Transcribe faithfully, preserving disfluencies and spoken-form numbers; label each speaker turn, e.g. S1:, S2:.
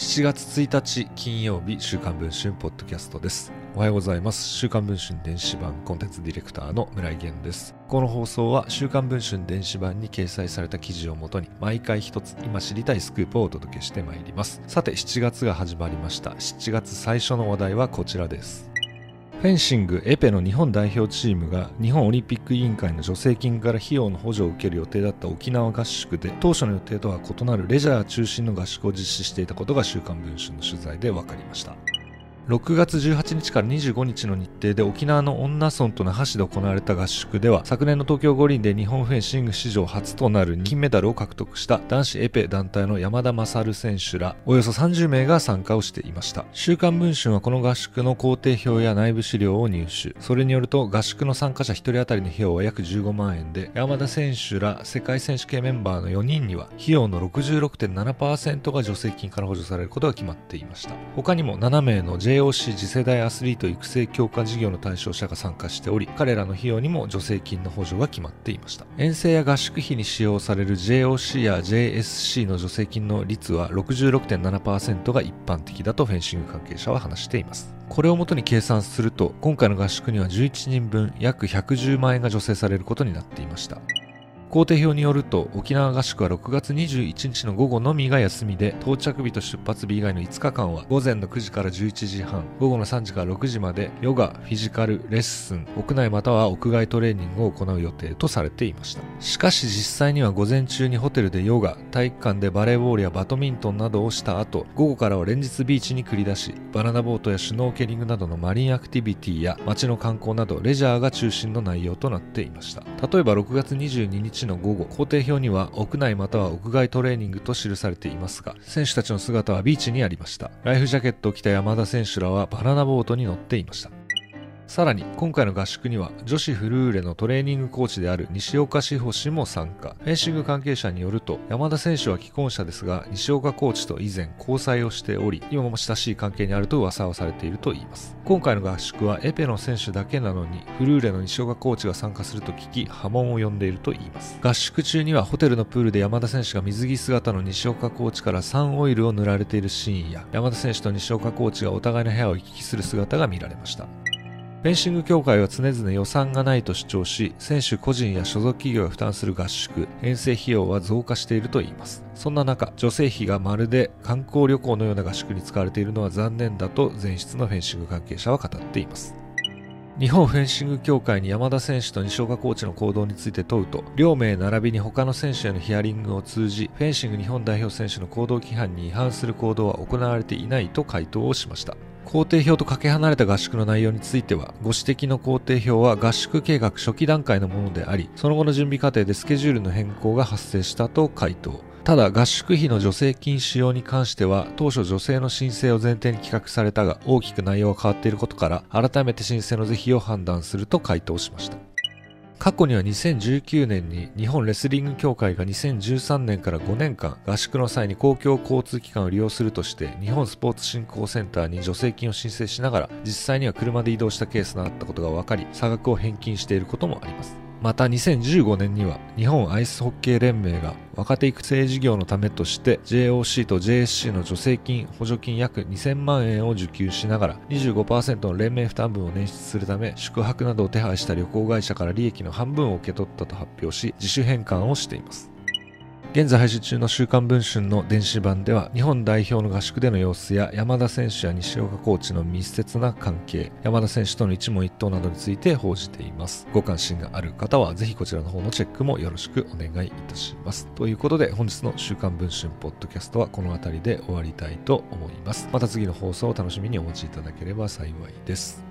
S1: しちがつついたち金曜日、週刊文春ポッドキャストです。おはようございます。週刊文春電子版コンテンツディレクターの村井源です。この放送は週刊文春電子版に掲載された記事をもとに毎回一つ今知りたいスクープをお届けしてまいります。さてしちがつが始まりました。しちがつ最初の話題はこちらです。フェンシングエペの日本代表チームが日本オリンピック委員会の助成金から費用の補助を受ける予定だった沖縄合宿で、当初の予定とは異なるレジャー中心の合宿を実施していたことが週刊文春の取材で分かりました。ろくがつじゅうはちにちからにじゅうごにちの日程で沖縄の恩納村と那覇市で行われた合宿では、昨年の東京五輪で日本フェンシング史上初となる金メダルを獲得した男子エペ団体の山田勝選手らおよそさんじゅうめいが参加をしていました。週刊文春はこの合宿の行程表や内部資料を入手。それによると合宿の参加者ひとり当たりの費用は約じゅうごまんえんで、山田選手ら世界選手権メンバーのよにんには費用の ろくじゅうろくてんななパーセント が助成金から補助されることが決まっていました。他にもななめいの ジェイオーシー 次世代アスリート育成強化事業の対象者が参加しており、彼らの費用にも助成金の補助が決まっていました。遠征や合宿費に使用される ジェイオーシー や ジェイエスシー の助成金の率は ろくじゅうろくてんななパーセント が一般的だとフェンシング関係者は話しています。これをもとに計算すると、今回の合宿にはじゅういちにんぶん約ひゃくじゅうまんえんが助成されることになっていました。行程表によると、沖縄合宿はろくがつにじゅういちにちの午後のみが休みで、到着日と出発日以外のいつかかんは午前のくじからじゅういちじはん、午後のさんじからろくじまでヨガ、フィジカル、レッスン、屋内または屋外トレーニングを行う予定とされていました。しかし実際には午前中にホテルでヨガ、体育館でバレーボールやバドミントンなどをした後、午後からは連日ビーチに繰り出し、バナナボートやシュノーケリングなどのマリンアクティビティや街の観光などレジャーが中心の内容となっていました。例えばろくがつにじゅうににちの午後、行程表には屋内または屋外トレーニングと記されていますが、選手たちの姿はビーチにありました。ライフジャケットを着た山田選手らはバナナボートに乗っていました。さらに今回の合宿には女子フルーレのトレーニングコーチである西岡志保氏も参加。フェンシング関係者によると、山田選手は既婚者ですが、西岡コーチと以前交際をしており、今も親しい関係にあると噂をされているといいます。今回の合宿はエペの選手だけなのに、フルーレの西岡コーチが参加すると聞き波紋を呼んでいるといいます。合宿中にはホテルのプールで山田選手が水着姿の西岡コーチからサンオイルを塗られているシーンや、山田選手と西岡コーチがお互いの部屋を行き来する姿が見られました。フェンシング協会は常々予算がないと主張し、選手個人や所属企業が負担する合宿、遠征費用は増加しているといいます。そんな中、助成費がまるで観光旅行のような合宿に使われているのは残念だと前室のフェンシング関係者は語っています。日本フェンシング協会に山田選手と西岡コーチの行動について問うと、両名並びに他の選手へのヒアリングを通じ、フェンシング日本代表選手の行動規範に違反する行動は行われていないと回答をしました。行程表とかけ離れた合宿の内容については、ご指摘の行程表は合宿計画初期段階のものであり、その後の準備過程でスケジュールの変更が発生したと回答。ただ合宿費の助成金使用に関しては、当初助成の申請を前提に企画されたが、大きく内容が変わっていることから、改めて申請の是非を判断すると回答しました。過去にはにせんじゅうきゅうねんに日本レスリング協会がにせんじゅうさんねんからごねんかん合宿の際に公共交通機関を利用するとして日本スポーツ振興センターに助成金を申請しながら実際には車で移動したケースがあったことが分かり、差額を返金していることもあります。またにせんじゅうごねんには日本アイスホッケー連盟が若手育成事業のためとして ジェイオーシー と ジェイエスシー の助成金補助金約にせんまんえんを受給しながら にじゅうごパーセント の連盟負担分を捻出するため、宿泊などを手配した旅行会社から利益の半分を受け取ったと発表し、自主返還をしています。現在配信中の週刊文春の電子版では、日本代表の合宿での様子や山田選手や西岡コーチの密接な関係、山田選手との一問一答などについて報じています。ご関心がある方はぜひこちらの方のチェックもよろしくお願いいたします。ということで本日の週刊文春ポッドキャストはこの辺りで終わりたいと思います。また次の放送を楽しみにお待ちいただければ幸いです。